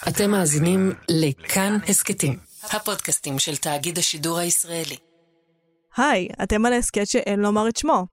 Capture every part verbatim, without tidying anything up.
אתם מאזינים לכאן הסקטים, הפודקאסטים של תאגיד השידור הישראלי. היי, אתם על הסקט שאין לומר את שמו.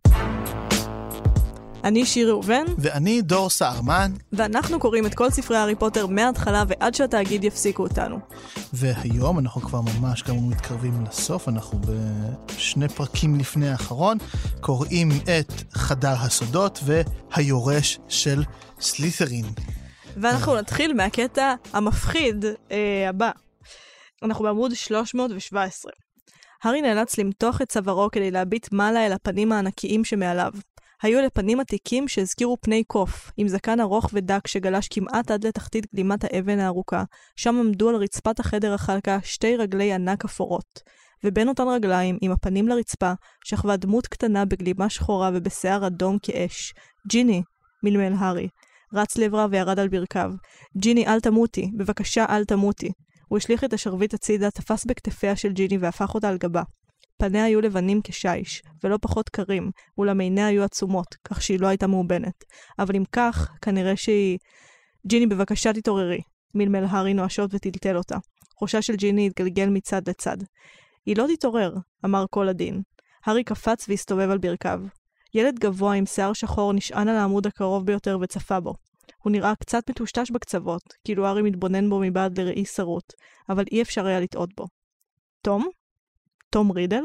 אני שיר ראובן. ואני דור סערמן. ואנחנו קוראים את כל ספרי הארי פוטר מההתחלה ועד שהתאגיד יפסיקו אותנו. והיום אנחנו כבר ממש גם מתקרבים לסוף, אנחנו בשני פרקים לפני האחרון, קוראים את חדר הסודות והיורש של סלית'רין. ואנחנו נתחיל מהקטע המפחיד אה, הבא. אנחנו בעמוד שלוש מאות שבע עשרה. הארי נאלץ למתוח את צווארו כדי להביט מעלה אל הפנים הענקיים שמעליו. היו לפנים עתיקים שהזכירו פני קוף, עם זקן ארוך ודק שגלש כמעט עד לתחתית גלימת האבן הארוכה, שם עמדו על רצפת החדר החלקה שתי רגלי ענק אפורות. ובין אותן רגליים, עם הפנים לרצפה, שכבה דמות קטנה בגלימה שחורה ובשיער אדום כאש. ג'יני, מלמל הארי. רץ לעברה וירד על ברכיו. ג'יני, אל תמותי, בבקשה אל תמותי. הוא השליך את השרביט הצידה, תפס בכתפיה של ג'יני והפך אותה על גבה. פניה היו לבנים כשייש, ולא פחות קרים, אולם עיניה היו עצומות, כך שהיא לא הייתה מאובנת. אבל אם כך, כנראה שהיא... ג'יני, בבקשה תתעוררי. מלמל הארי נואשות וטלטל אותה. ראשה של ג'יני התגלגל מצד לצד. היא לא תתעורר, אמר כל הדין. הארי קפץ והסתובב על ברכיו. ילד גבוה עם שיער שחור נשען על העמוד הקרוב ביותר וצפה בו. הוא נראה קצת מטושטש בקצוות, כאילו הארי מתבונן בו מבעד לראי שרוט, אבל אי אפשר היה לטעות בו. תום? תום רידל?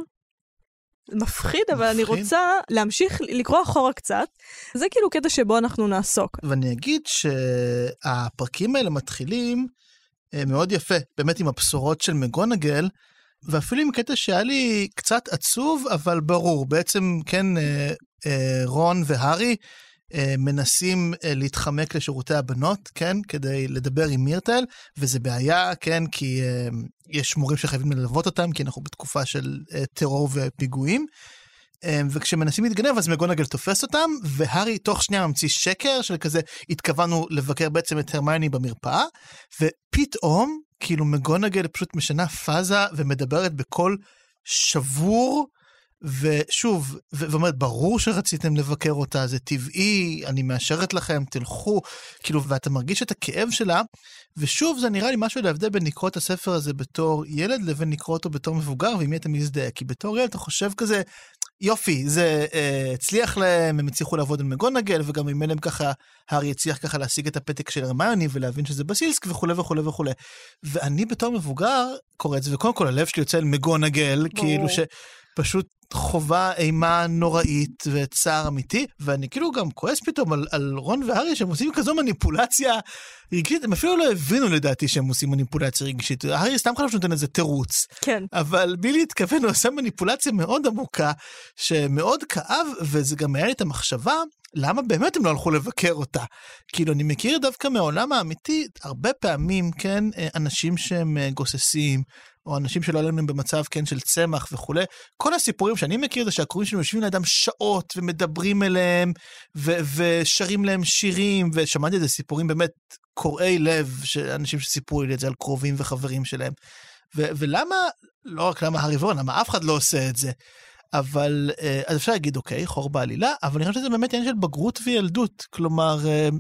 מפחיד, אבל אני רוצה להמשיך לקרוא אחורה קצת. זה כאילו קטע שבו אנחנו נעסוק. ואני אגיד שהפרקים האלה מתחילים מאוד יפה, באמת עם הבשורות של מגונגל, ואפילו עם קטע שהיה לי קצת עצוב, אבל ברור. בעצם, כן, רון והארי מנסים להתחמק לשירותי הבנות, כן, כדי לדבר עם מירטל, וזה בעיה, כן, כי יש מורים שחייבים ללוות אותם, כי אנחנו בתקופה של טרור ופיגועים, וכשמנסים להתגנב, אז מגונגל תופס אותם, והארי תוך שנייה ממציא שקר, של כזה, התכוונו לבקר בעצם את הרמיוני במרפאה, ופתאום, כאילו מגונגל פשוט משנה פאזה, ומדברת בקול שבור, ושוב, ואומרת, ברור שרציתם לבקר אותה, זה טבעי, אני מאשרת לכם, תלכו, כאילו, ואתה מרגיש את הכאב שלה, ושוב, זה נראה לי משהו להבדל בין לקרוא את הספר הזה בתור ילד, לבין לקרוא אותו בתור מבוגר, ועם מי אתה מזדהה, כי בתור ילד אתה חושב כזה, יופי, זה אה, הצליח להם, הם הצליחו לעבוד על מגונגל, וגם אם אליהם ככה, הארי הצליח ככה להשיג את הפתק של הרמיוני, ולהבין שזה בסילסק, וכו' וכו' וכו'. ואני בתור מבוגר קורא את זה, וקודם כל הלב שלי יוצא אל מגונגל, כאילו שפשוט חובה אימה נוראית וצער אמיתי, ואני כאילו גם כועס פתאום על, על רון והארי, שהם עושים כזו מניפולציה רגשית, הם אפילו לא הבינו לדעתי שהם עושים מניפולציה רגשית, הארי סתם חושב שנותן איזה תירוץ, כן. אבל בלי להתכוון הוא עושה מניפולציה מאוד עמוקה, שמאוד כאב, וזה גם היה לי את המחשבה, למה באמת הם לא הלכו לבקר אותה? כאילו, אני מכיר דווקא מהעולם האמיתי, הרבה פעמים, כן, אנשים שהם גוססים, או אנשים שלא עליהם הם במצב, כן, של צמח וכו'. כל הסיפורים שאני מכיר זה שהקוראים שלנו יושבים לאדם שעות, ומדברים אליהם, ו- ושרים להם שירים, ושמעתי את זה סיפורים באמת קוראי לב, של אנשים שסיפרו לי את זה על קרובים וחברים שלהם. ו- ולמה, לא רק למה הארי ורון, למה אף אחד לא עושה את זה? אבל, אז אפשר להגיד, אוקיי, חור בעלילה, אבל אני חושב שזה באמת עניין של בגרות וילדות. כלומר,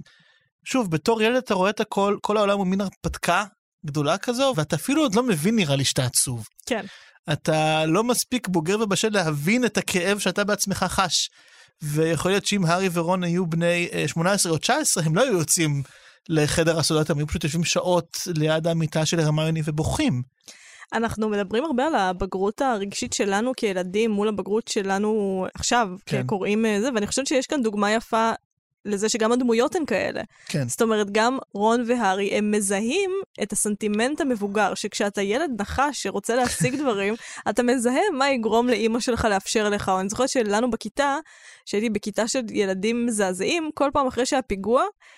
שוב, בתור ילד אתה רואה את הכל, כל העולם הוא מין הרפתקה גדולה כזו, ואתה אפילו עוד לא מבין נראה לי שאתה עצוב. כן. אתה לא מספיק בוגר ובשל להבין את הכאב שאתה בעצמך חש. ויכול להיות שאם הארי ורון היו בני שמונה עשרה או תשע עשרה, הם לא היו יוצאים לחדר הסודות, הם היו פשוט יושבים שעות ליד המיטה של הרמיוני ובוכים. אנחנו מדברים הרבה על הבגרות הרגשית שלנו כילדים מול הבגרות שלנו עכשיו, כן. כקוראים זה, ואני חושבת שיש כאן דוגמה יפה לזה שגם הדמויות הן כאלה. כן. זאת אומרת, גם רון והארי, הם מזהים את הסנטימנט המבוגר, שכשאתה ילד נחש שרוצה להשיג דברים, אתה מזהה מה יגרום לאמא שלך לאפשר לך. אני זוכרת שלנו בכיתה, שהייתי בכיתה של ילדים מזעזעים, כל פעם אחרי שהפיגוע,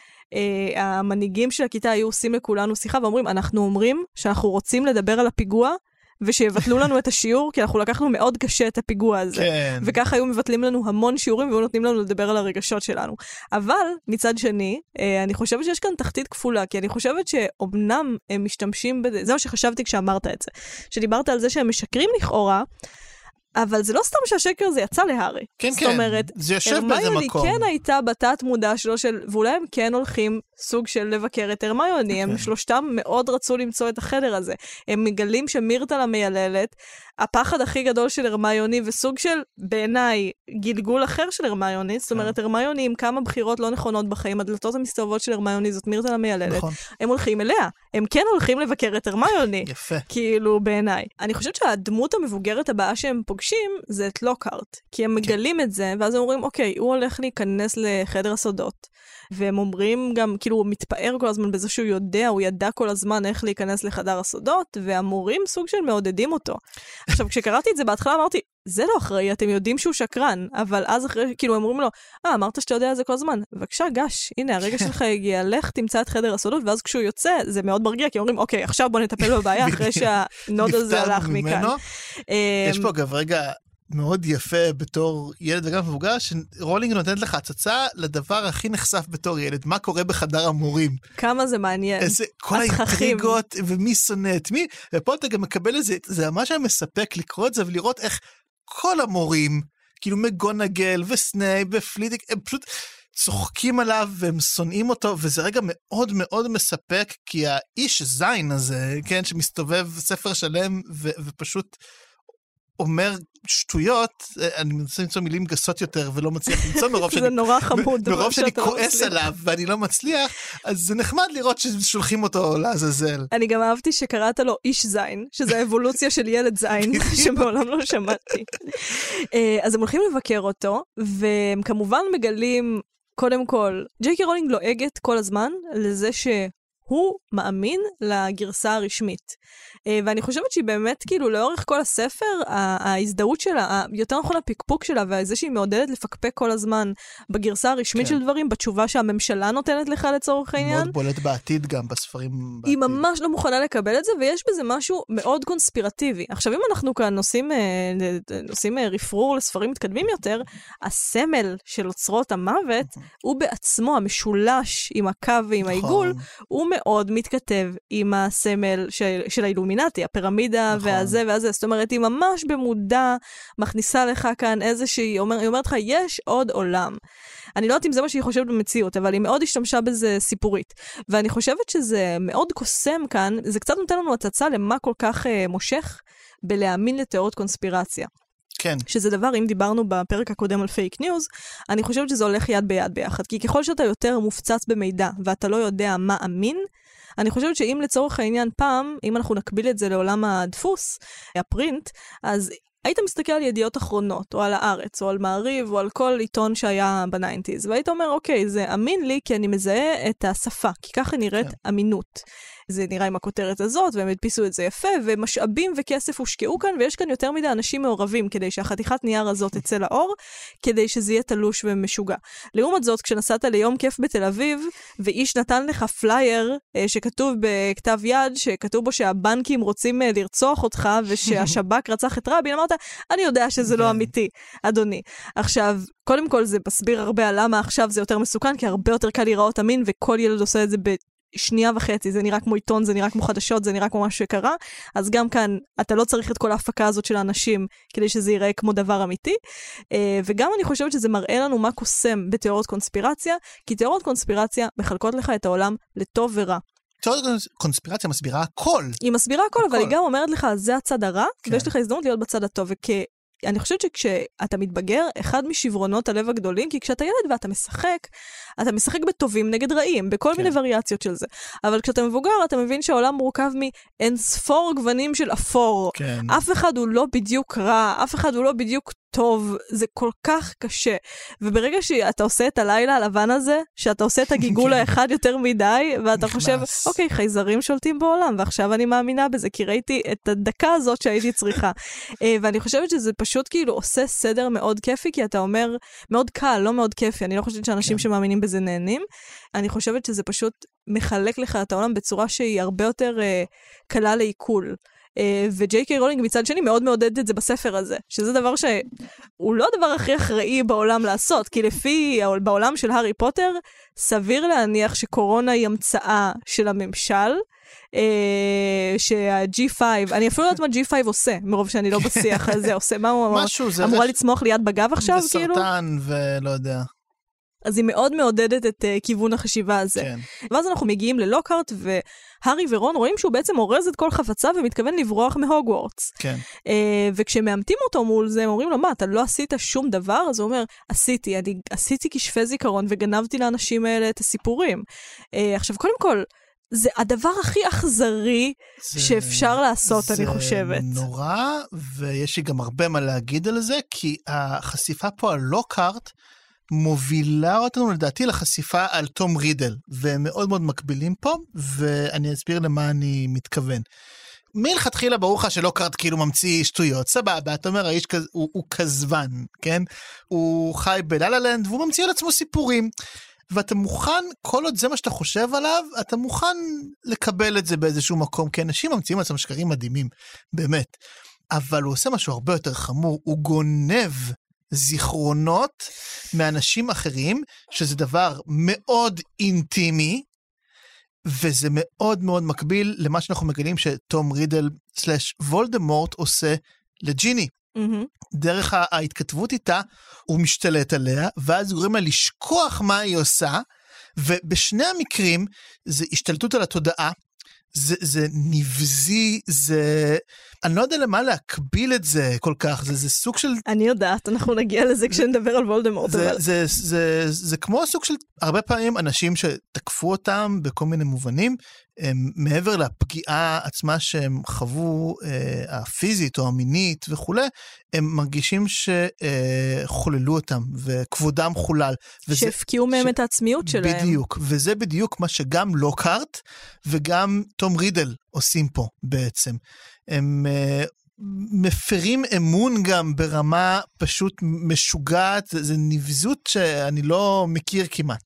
Uh, המנהיגים של הכיתה היו עושים לכולנו שיחה ואומרים, אנחנו אומרים שאנחנו רוצים לדבר על הפיגוע ושיבטלו לנו את השיעור, כי אנחנו לקחנו מאוד קשה את הפיגוע הזה. כן. וככה היו מבטלים לנו המון שיעורים והיו נותנים לנו לדבר על הרגשות שלנו. אבל מצד שני, uh, אני חושבת שיש כאן תחתית כפולה, כי אני חושבת שאומנם הם משתמשים בזה, זה מה שחשבתי כשאמרת את זה, שדיברת על זה שהם משקרים לכאורה, אבל זה לא סתם שהשקר הזה יצא להארי. כן, זאת כן, אומרת, זה יושב באיזה מקום. הרמיוני כן הייתה בתת מודע שלו, של, ואולי הם כן הולכים סוג של לבקר את הרמיוני, הם שלושתם מאוד רצו למצוא את החדר הזה. הם מגלים שמירטל המייללת, הפחד הכי גדול של הרמיוני, וסוג של, בעיניי, גלגול אחר של הרמיוני, זאת אומרת, הרמיוני עם כמה בחירות לא נכונות בחיים, הדלתות המסתובבות של הרמיוני, זאת מירטל המייללת, הם הולכים אליה, הם כן הולכים לבקר את הרמיוני. יפה. כאילו, בעיניי. אני חושבת שהדמות המבוגרת הבאה שהם פוגשים, זה את לוקהרט, כי הם מגלים את זה, ואז הם אומרים, אוקיי, הוא הולך להיכנס לחדר הסודות, והם אומרים גם, כאילו, הוא מתפאר כל הזמן בזה שהוא יודע, הוא ידע כל הזמן איך להיכנס לחדר הסודות, והמורים סוג של מעודדים אותו. עכשיו, כשקראתי את זה בהתחלה, אמרתי, זה לא אחראי, אתם יודעים שהוא שקרן, אבל אז אחרי, כאילו, הם אומרים לו, אה, אמרת שאתה יודע את זה כל הזמן. בבקשה, גש, הנה, הרגע שלך הגיע, לך תמצא את חדר הסודות, ואז כשהוא יוצא, זה מאוד מרגיע, כי אומרים, אוקיי, עכשיו בוא נטפל בבעיה, אחרי שהנוד הזה הלך מכאן. יש פה אגב רגע מאוד יפה בתור ילד וגם מבוגר, שרולינג נותנת לך הצצה לדבר הכי נחשף בתור ילד, מה קורה בחדר המורים. כמה זה מעניין. איזה, כל האינטריגות, ומי שונא את מי, ופה אתה גם מקבל את זה, זה ממש היה מספק לקרוא את זה, ולראות איך כל המורים, כאילו מגונגל וסנייפ ופליטיק, הם פשוט צוחקים עליו, והם שונאים אותו, וזה רגע מאוד מאוד מספק, כי האיש זין הזה, כן, שמסתובב ספר שלם, ו- ופשוט אומר שטויות, אני מנסה למצוא מילים גסות יותר, ולא מצליח למצוא מרוב שאני... זה נורא חמוד. מרוב שאני כועס עליו, ואני לא מצליח, אז זה נחמד לראות ששולחים אותו לעזאזל. אני גם אהבתי שקראת לו איש זין, שזה האבולוציה של ילד זין, שמעולם לא שמעתי. אז הם הולכים לבקר אותו, והם כמובן מגלים, קודם כל, ג'יי קיי רולינג לועגת כל הזמן, לזה ש... הוא מאמין לגרסה הרשמית. ואני חושבת שהיא באמת, כאילו, לאורך כל הספר, ההזדהות שלה, יותר נכון הפקפוק שלה, וזה שהיא מעודדת לפקפק כל הזמן בגרסה הרשמית של דברים, בתשובה שהממשלה נותנת לך לצורך העניין. מאוד בולט בעתיד גם, בספרים בעתיד. היא ממש לא מוכנה לקבל את זה, ויש בזה משהו מאוד קונספירטיבי. עכשיו, אם אנחנו כאן נושאים, נושאים רפרור לספרים מתקדמים יותר, הסמל של אוצרות המוות, הוא בעצמו, המשולש עם הקו ועם העיגול, הוא מאוד מתכתב עם הסמל של, של האילומינטי, הפירמידה נכון. והזה והזה. זאת אומרת, היא ממש במודע מכניסה לך כאן איזושהי, אומר, היא אומרת לך, יש עוד עולם. אני לא יודעת אם זה מה שהיא חושבת במציאות, אבל היא מאוד השתמשה בזה סיפורית. ואני חושבת שזה מאוד קוסם כאן, זה קצת נותן לנו הצצה למה כל כך uh, מושך בלהאמין לתיאוריות קונספירציה. כן. שזה דבר, אם דיברנו בפרק הקודם על פייק ניוז, אני חושבת שזה הולך יד ביד ביחד, כי ככל שאתה יותר מופצץ במידע, ואתה לא יודע מה אמין, אני חושבת שאם לצורך העניין פעם, אם אנחנו נקביל את זה לעולם הדפוס, הפרינט, אז היית מסתכל על ידיעות אחרונות, או על הארץ, או על מעריב, או על כל עיתון שהיה בניינטיז, והיית אומר, אוקיי, זה אמין לי, כי אני מזהה את השפה, כי ככה נראית כן. אמינות. זה נראה עם הכותרת הזאת, והם הדפיסו את זה יפה, ומשאבים וכסף הושקעו כאן, ויש כאן יותר מדי אנשים מעורבים, כדי שהחתיכת נייר הזאת תצא לאור, כדי שזה יהיה תלוש ומשוגע. לעומת זאת, כשנסעת ליום כיף בתל אביב, ואיש נתן לך פלייר, שכתוב בכתב יד, שכתוב בו שהבנקים רוצים לרצוח אותך, ושהשב"כ רצח את רבין, אמרת, אני יודע שזה לא אמיתי, אדוני. עכשיו, קודם כל זה מסביר הרבה על למה עכשיו זה יותר מסוכן, כי הרבה יותר קל להיראות אמין, וכל ילד עושה את זה ב... שנייה וחצי, זה נראה כמו עיתון, זה נראה כמו חדשות, זה נראה כמו משהו שקרה, אז גם כאן אתה לא צריך את כל ההפקה הזאת של האנשים כדי שזה ייראה כמו דבר אמיתי, וגם אני חושבת שזה מראה לנו מה קוסם בתיאוריות קונספירציה, כי תיאוריות קונספירציה מחלקות לך את העולם לטוב ורע. תיאוריות קונספירציה מסבירה הכל. היא מסבירה הכל, אבל היא גם אומרת לך, זה הצד הרע, ויש לך הזדמנות להיות בצד הטוב, וכ... אני חושבת שכשאתה מתבגר, אחד משברונות הלב הגדולים, כי כשאתה ילד ואתה משחק, אתה משחק בטובים נגד רעים, בכל כן. מיני וריאציות של זה. אבל כשאתה מבוגר, אתה מבין שהעולם מורכב מאין ספור גוונים של אפור. כן. אף אחד הוא לא בדיוק רע, אף אחד הוא לא בדיוק טוב, זה כל כך קשה. וברגע שאתה עושה את הלילה הלבן הזה, שאתה עושה את הגיגול האחד יותר מדי, ואתה חושב, אוקיי, חייזרים שולטים בעולם, ועכשיו אני מאמינה בזה, כי ראיתי את הדקה הזאת שהייתי צריכה. ואני חושבת שזה פשוט כאילו עושה סדר מאוד כיפי, כי אתה אומר, מאוד קל, לא מאוד כיפי. אני לא חושבת שאנשים שמאמינים בזה נהנים. אני חושבת שזה פשוט מחלק לך את העולם בצורה שהיא הרבה יותר קלה לעיכול. וג'יי קיי רולינג מצד שני מאוד מעודד את זה בספר הזה, שזה דבר שהוא לא הדבר הכי אחראי בעולם לעשות, כי לפי, בעולם של הארי פוטר, סביר להניח שקורונה היא המצאה של הממשל, שה-ג'י פייב, אני אפילו לא יודעת מה ג'י פייב עושה, מרוב שאני לא בשיח הזה, עושה, מה הוא אמורה לצמוח ליד בגב עכשיו, כאילו? וסרטן ולא יודע. אז היא מאוד מעודדת את uh, כיוון החשיבה הזה. כן. ואז אנחנו מגיעים ללוקהרט, והארי ורון רואים שהוא בעצם אורז את כל חפצה, ומתכוון לברוח מהוגוורטס. כן. Uh, וכשמאמתים אותו מול זה, הם אומרים לו, מה, אתה לא עשית שום דבר? אז הוא אומר, עשיתי, אני עשיתי כשפי זיכרון, וגנבתי לאנשים האלה את הסיפורים. Uh, עכשיו, קודם כל, זה הדבר הכי אכזרי זה, שאפשר לעשות, אני חושבת. זה נורא, ויש לי גם הרבה מה להגיד על זה, כי החשיפה פה על לוקהרט, מובילה אותנו לדעתי לחשיפה על תום רידל, והם מאוד מאוד מקבילים פה, ואני אסביר למה אני מתכוון. מלכתחילה ברור לך שלוקהרט כאילו ממציא שטויות, סבבה, אתה אומר, האיש כז, הוא, הוא כזבן, כן? הוא חי בלה-לה-לנד, והוא ממציא על עצמו סיפורים, ואתה מוכן, כל עוד זה מה שאתה חושב עליו, אתה מוכן לקבל את זה באיזשהו מקום, כי אנשים ממציאים על עצמם שקרים מדהימים, באמת. אבל הוא עושה משהו הרבה יותר חמור, הוא גונב זיכרונות מאנשים אחרים, שזה דבר מאוד אינטימי, וזה מאוד מאוד מקביל למה שאנחנו מגלים שתום רידל סלש וולדמורט עושה לג'יני. Mm-hmm. דרך ההתכתבות איתה, הוא משתלט עליה, ואז גורם לה לשכוח מה היא עושה, ובשני המקרים, זה השתלטות על התודעה, זה, זה נבזי, זה... אני לא יודע למה להקביל את זה כל כך, זה, זה סוג של... אני יודעת, אנחנו נגיע לזה כשנדבר על וולדמורט. זה, אבל... זה, זה, זה, זה כמו סוג של, הרבה פעמים אנשים שתקפו אותם בכל מיני מובנים, הם, מעבר לפגיעה עצמה שהם חוו, אה, הפיזית או המינית וכו', הם מרגישים שחוללו אותם, וכבודם חולל. שהפקיעו מהם ש... את העצמיות שלהם. בדיוק, וזה בדיוק מה שגם לוקהרט, וגם תום רידל עושים פה בעצם. הם uh, מפרים אמון גם ברמה פשוט משוגעת, זה, זה נבזות שאני לא מכיר כמעט.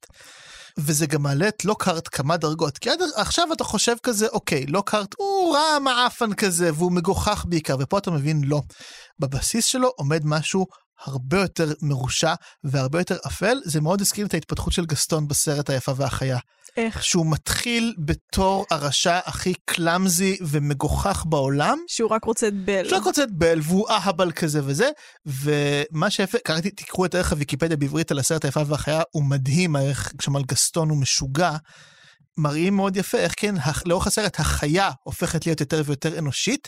וזה גם מעלה את לוקהרט כמה דרגות, כי עד עכשיו אתה חושב כזה, אוקיי, לוקהרט הוא רע מעפן כזה, והוא מגוחך בעיקר, ופה אתה מבין, לא. בבסיס שלו עומד משהו הרבה יותר מרושע, והרבה יותר אפל, זה מאוד הזכיר את ההתפתחות של גסטון בסרט היפה והחיה. איך? שהוא מתחיל בתור הרשע הכי קלאמזי ומגוחך בעולם. שהוא רק רוצה את בל. שהוא רק רוצה את בל, והוא אהבל כזה וזה, ומה שיפה, קראתי, תקראו את ערך הוויקיפדיה בעברית על הסרט היפה והחיה, הוא מדהים, הערך כשמל גסטון הוא משוגע, מראים מאוד יפה, איך כן, לאורך הסרט החיה הופכת להיות יותר ויותר אנושית,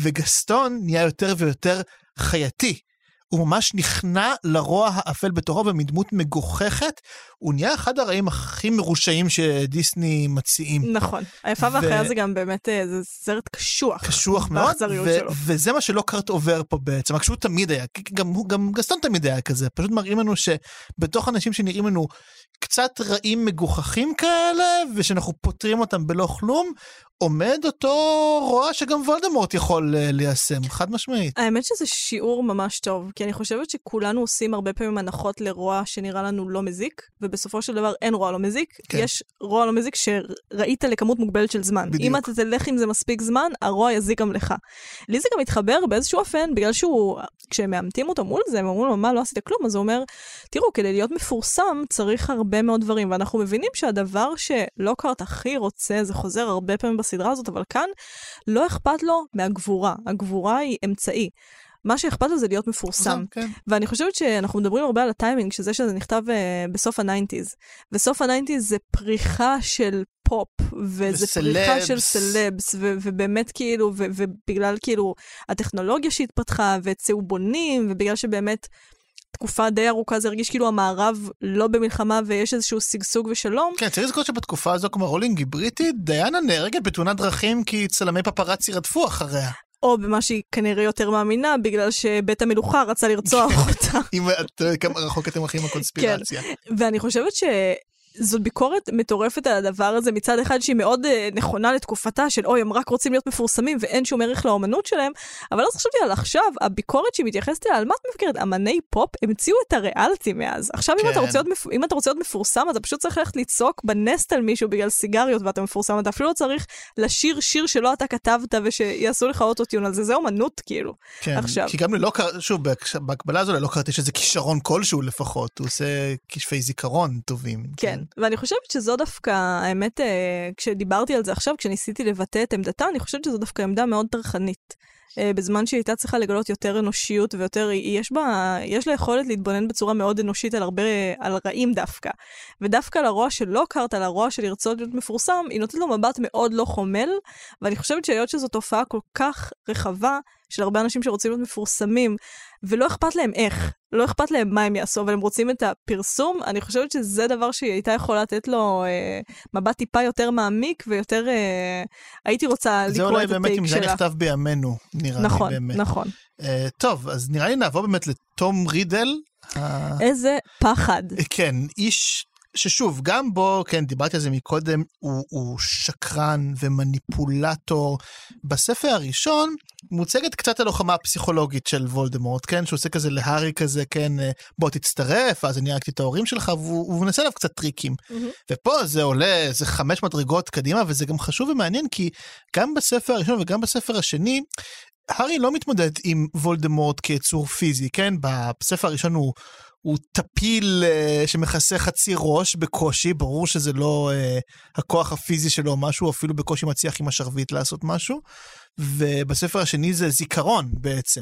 וגסטון נהיה יותר ויותר חייתי. הוא ממש נכנע לרוע האפל בתורו במדמות מגוחכת, הוא נהיה אחד הרעים הכי מרושעים שדיסני מציעים. נכון, היפה והחיה זה גם באמת, זה סרט קשוח. קשוח מאוד, וזה מה שלוקהרט עובר פה בעצם, רק שהוא תמיד היה, גם גסטון תמיד היה כזה, פשוט מראים לנו שבתוך אנשים שנראים לנו קצת רעים מגוחכים כאלה, ושאנחנו פותרים אותם בלא כלום, עומד אותו רוע שגם וולדמורט יכול ליישם, חד משמעית. האמת שזה שיעור ממש טוב, כי אני חושבת שכולנו עושים הרבה פעמים הנחות לרוע שנראה לנו לא מזיק, ובסופו של דבר אין רוע לא מזיק, כן. יש רוע לא מזיק שראית לכמות מוגבלת של זמן. בדיוק. אם אתה תלך עם זה מספיק זמן, הרוע יזיק גם לך. לי זה גם מתחבר באיזשהו אופן, בגלל שהוא, כשהם מאמתים אותו מול זה, הם אומרים לו, מה, לא עשית כלום? אז הוא אומר, תראו, כדי להיות מפורסם, צריך הרבה מאוד דברים, ואנחנו מבינים שהדבר שלוקהרט הכי רוצה, זה חוזר הרבה פעמים בסדרה הזאת, אבל כאן לא אכפת לו מהגבורה. הגבורה היא אמצעי. מה שאכפת לו זה להיות מפורסם. כן. ואני חושבת שאנחנו מדברים הרבה על הטיימינג, שזה שזה נכתב uh, בסוף הניינטיז. וסוף הניינטיז זה פריחה של פופ, וזה פריחה של סלבס, ו- ובאמת כאילו, ו- ובגלל כאילו הטכנולוגיה שהתפתחה, וצהובונים, ובגלל שבאמת תקופה די ארוכה, זה הרגיש כאילו המערב לא במלחמה, ויש איזשהו סגסוג ושלום. כן, צריך לזכור שבתקופה הזו, כמו רולינג היא בריטית, דיאנה נהרגת בתאונת דרכים, כי צלמי פפרצי רדפו אחריה. או במה שהיא כנראה יותר מאמינה, בגלל שבית המלוכה רצה לרצוח אותה. אם אתה יודע כמה רחוק אתם הולכים הקונספירציה. ואני חושבת ש... זאת ביקורת מטורפת על הדבר הזה, מצד אחד שהיא מאוד uh, נכונה לתקופתה, של אוי, הם רק רוצים להיות מפורסמים, ואין שום ערך לאומנות שלהם, אבל אז חשבתי על עכשיו, הביקורת שהיא מתייחסת אליה, על מה את מבקרת? אמני פופ המציאו את הריאליטי מאז. עכשיו כן. אם, אתה רוצה להיות, אם אתה רוצה להיות מפורסם, אתה פשוט צריך ללכת לצעוק בנסט על מישהו בגלל סיגריות, ואתה מפורסם, אתה אפילו לא צריך לשיר שיר שלא אתה כתבת, ושיעשו לך אוטוטיון על זה, זה אומנות כאילו. כן, עכשיו. כי גם לא, שוב, בהקבלה הזו לא קראתי שזה כישרון כלשהו לפחות, הוא עושה כשפי זיכרון טובים. כן, ואני חושבת שזו דווקא, האמת, כשדיברתי על זה עכשיו, כשניסיתי לבטא את עמדתה, אני חושבת שזו דווקא עמדה מאוד טרחנית. בזמן שהיא הייתה צריכה לגלות יותר אנושיות ויותר, יש בה, יש לה יכולת להתבונן בצורה מאוד אנושית על הרבה, על רעים דווקא. ודווקא לרוע של לוקהרט, על הרוע של לרצות להיות מפורסם, היא נותנת לו מבט מאוד לא חומל, ואני חושבת שהיות שזו תופעה כל כך רחבה, של הרבה אנשים שרוצים להיות מפורסמים, ולא אכפת להם איך, לא אכפת להם מה הם יעשו, אבל הם רוצים את הפרסום, אני חושבת שזה דבר שהיא הייתה יכולה לתת לו אה, מבט טיפה יותר מעמיק, ויותר, אה, הייתי רוצה לקרוא את הטייק שלה. זה אולי באמת אם זה נכתב בימינו, נראה נכון, לי באמת. נכון, נכון. אה, טוב, אז נראה לי נעבור באמת לתום רידל. איזה פחד. כן, איש... ששוב, גם בו, כן, דיברתי על זה מקודם, הוא, הוא שקרן ומניפולטור. בספר הראשון מוצגת קצת הלוחמה הפסיכולוגית של וולדמורט, כן, שהוא עושה כזה להארי כזה, כן, בוא תצטרף, אז אני הרגתי את ההורים שלך, והוא מנסה עליו קצת טריקים. Mm-hmm. ופה זה עולה, זה חמש מדרגות קדימה, וזה גם חשוב ומעניין, כי גם בספר הראשון וגם בספר השני, הארי לא מתמודד עם וולדמורט כיצור פיזי, כן, בספר הראשון הוא... הוא טפיל uh, שמכסה חצי ראש בקושי, ברור שזה לא uh, הכוח הפיזי שלו משהו, אפילו בקושי מצליח עם השרביט לעשות משהו, ובספר השני זה זיכרון בעצם.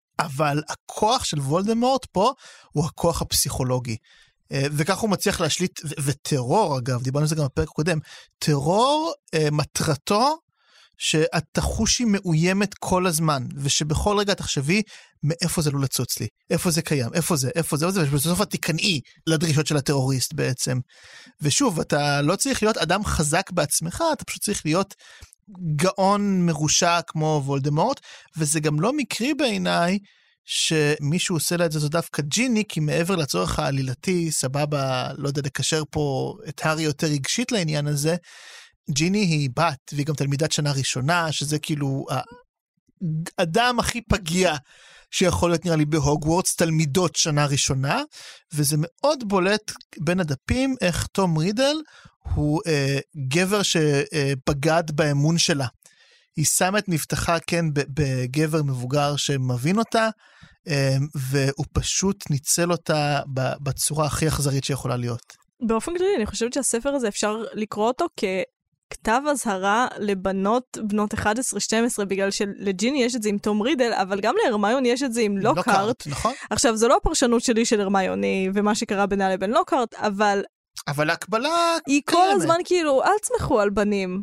אבל הכוח של וולדמורט פה הוא הכוח הפסיכולוגי. Uh, וכך הוא מצליח להשליט, ו- וטרור אגב, דיברנו על זה גם בפרק הקודם, טרור uh, מטרתו, שאת תחושי מאוימת כל הזמן, ושבכל רגע תחשבי מאיפה זה לא לצוץ לי, איפה זה קיים, איפה זה, איפה זה, איפה זה, ובסוף את תיכנעי לדרישות של הטרוריסט בעצם. ושוב, אתה לא צריך להיות אדם חזק בעצמך, אתה פשוט צריך להיות גאון מרושע כמו וולדמורט, וזה גם לא מקרי בעיניי, שמישהו עושה לה את זה, זו דווקא ג'יני, כי מעבר לצורך העלילתי, סבבה, לא יודע, לקשר פה את הארי יותר רגשית לעניין הזה, ג'יני היא בת, והיא גם תלמידת שנה ראשונה, שזה כאילו האדם הכי פגיע שיכול להיות נראה לי בהוגוורטס, תלמידות שנה ראשונה, וזה מאוד בולט בין הדפים, איך תום רידל הוא אה, גבר שבגד באמון שלה. היא שמה את מבטחה, כן, בגבר מבוגר שמבין אותה, אה, והוא פשוט ניצל אותה בצורה הכי אכזרית שיכולה להיות. באופן כללי, אני חושבת שהספר הזה אפשר לקרוא אותו כ... כתב הזהרה לבנות בנות אחת עשרה שתים עשרה, בגלל שלג'יני יש את זה עם תום רידל, אבל גם להרמיון יש את זה עם לוקהרט. נכון. עכשיו, זו לא הפרשנות שלי של הרמיוני, ומה שקרה בינה לבין לוקהרט, אבל... אבל ההקבלה... היא כל הזמן כאילו, אל תסמכו על בנים,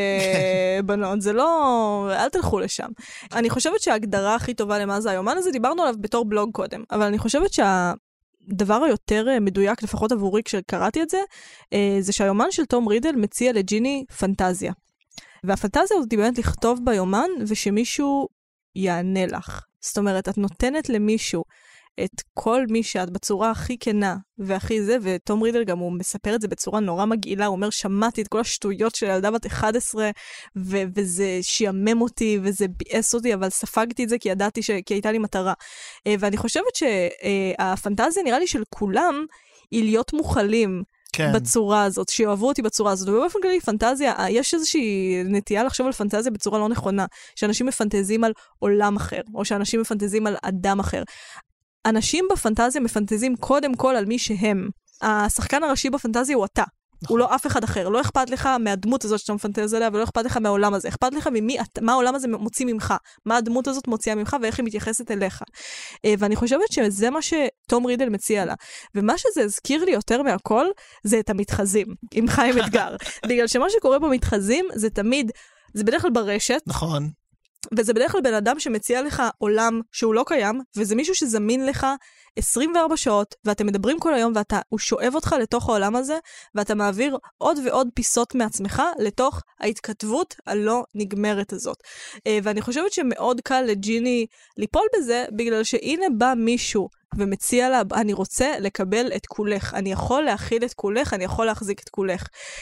אה, בנות, זה לא... אל תלכו לשם. אני חושבת שההגדרה הכי טובה למה זה היומן הזה, דיברנו עליו בתור בלוג קודם, אבל אני חושבת שה... דבר היותר מדויק, לפחות עבורי כשקראתי את זה, זה שהיומן של תום רידל מציע לג'יני פנטזיה. והפנטזיה הזאת היא באמת לכתוב ביומן, ושמישהו יענה לך. זאת אומרת, את נותנת למישהו את כל מי שאת בצורה הכי כנה והכי זה, ותום רידל גם הוא מספר את זה בצורה נורא מגעילה, הוא אומר, שמעתי את כל השטויות של ילדה בת אחת עשרה, ו- וזה שיאמם אותי, וזה ביאס אותי, אבל ספגתי את זה כי ידעתי ש... כי הייתה לי מטרה. ואני חושבת שהפנטזיה נראה לי של כולם, היא להיות מוכלים, כן. בצורה הזאת, שיאהבו אותי בצורה הזאת, ובאופן כללי פנטזיה, יש איזושהי נטייה לחשוב על פנטזיה בצורה לא נכונה, שאנשים מפנטזים על עולם אחר, או שאנשים מפנטזים על אדם אחר. אנשים בפנטזיה מפנטזים קודם כל על מי שהם. השחקן הראשי בפנטזיה הוא אתה. נכון. הוא לא אף אחד אחר. לא אכפת לך מהדמות הזאת שאתה מפנטז עליה, ולא אכפת לך מהעולם הזה. אכפת לך ממי, מה העולם הזה מוציא ממך. מה הדמות הזאת מוציאה ממך, ואיך היא מתייחסת אליך. ואני חושבת שזה מה שתום רידל מציע לה. ומה שזה הזכיר לי יותר מהכל, זה את המתחזים. עם חיים אתגר. בגלל שמה שקורה במתחזים, זה תמיד, זה בדרך כלל ברשת. נכון. וזה בדרך כלל בן אדם שמציע לך עולם שהוא לא קיים, וזה מישהו שזמין לך עשרים וארבע שעות, ואתם מדברים כל היום, והוא שואב אותך לתוך העולם הזה, ואתה מעביר עוד ועוד פיסות מעצמך לתוך ההתכתבות הלא נגמרת הזאת. ואני חושבת שמאוד קל לג'יני ליפול בזה, בגלל שהנה בא מישהו ומציע לה, אני רוצה לקבל את כולך, אני יכול להכיל את כולך, אני יכול להחזיק את כולך.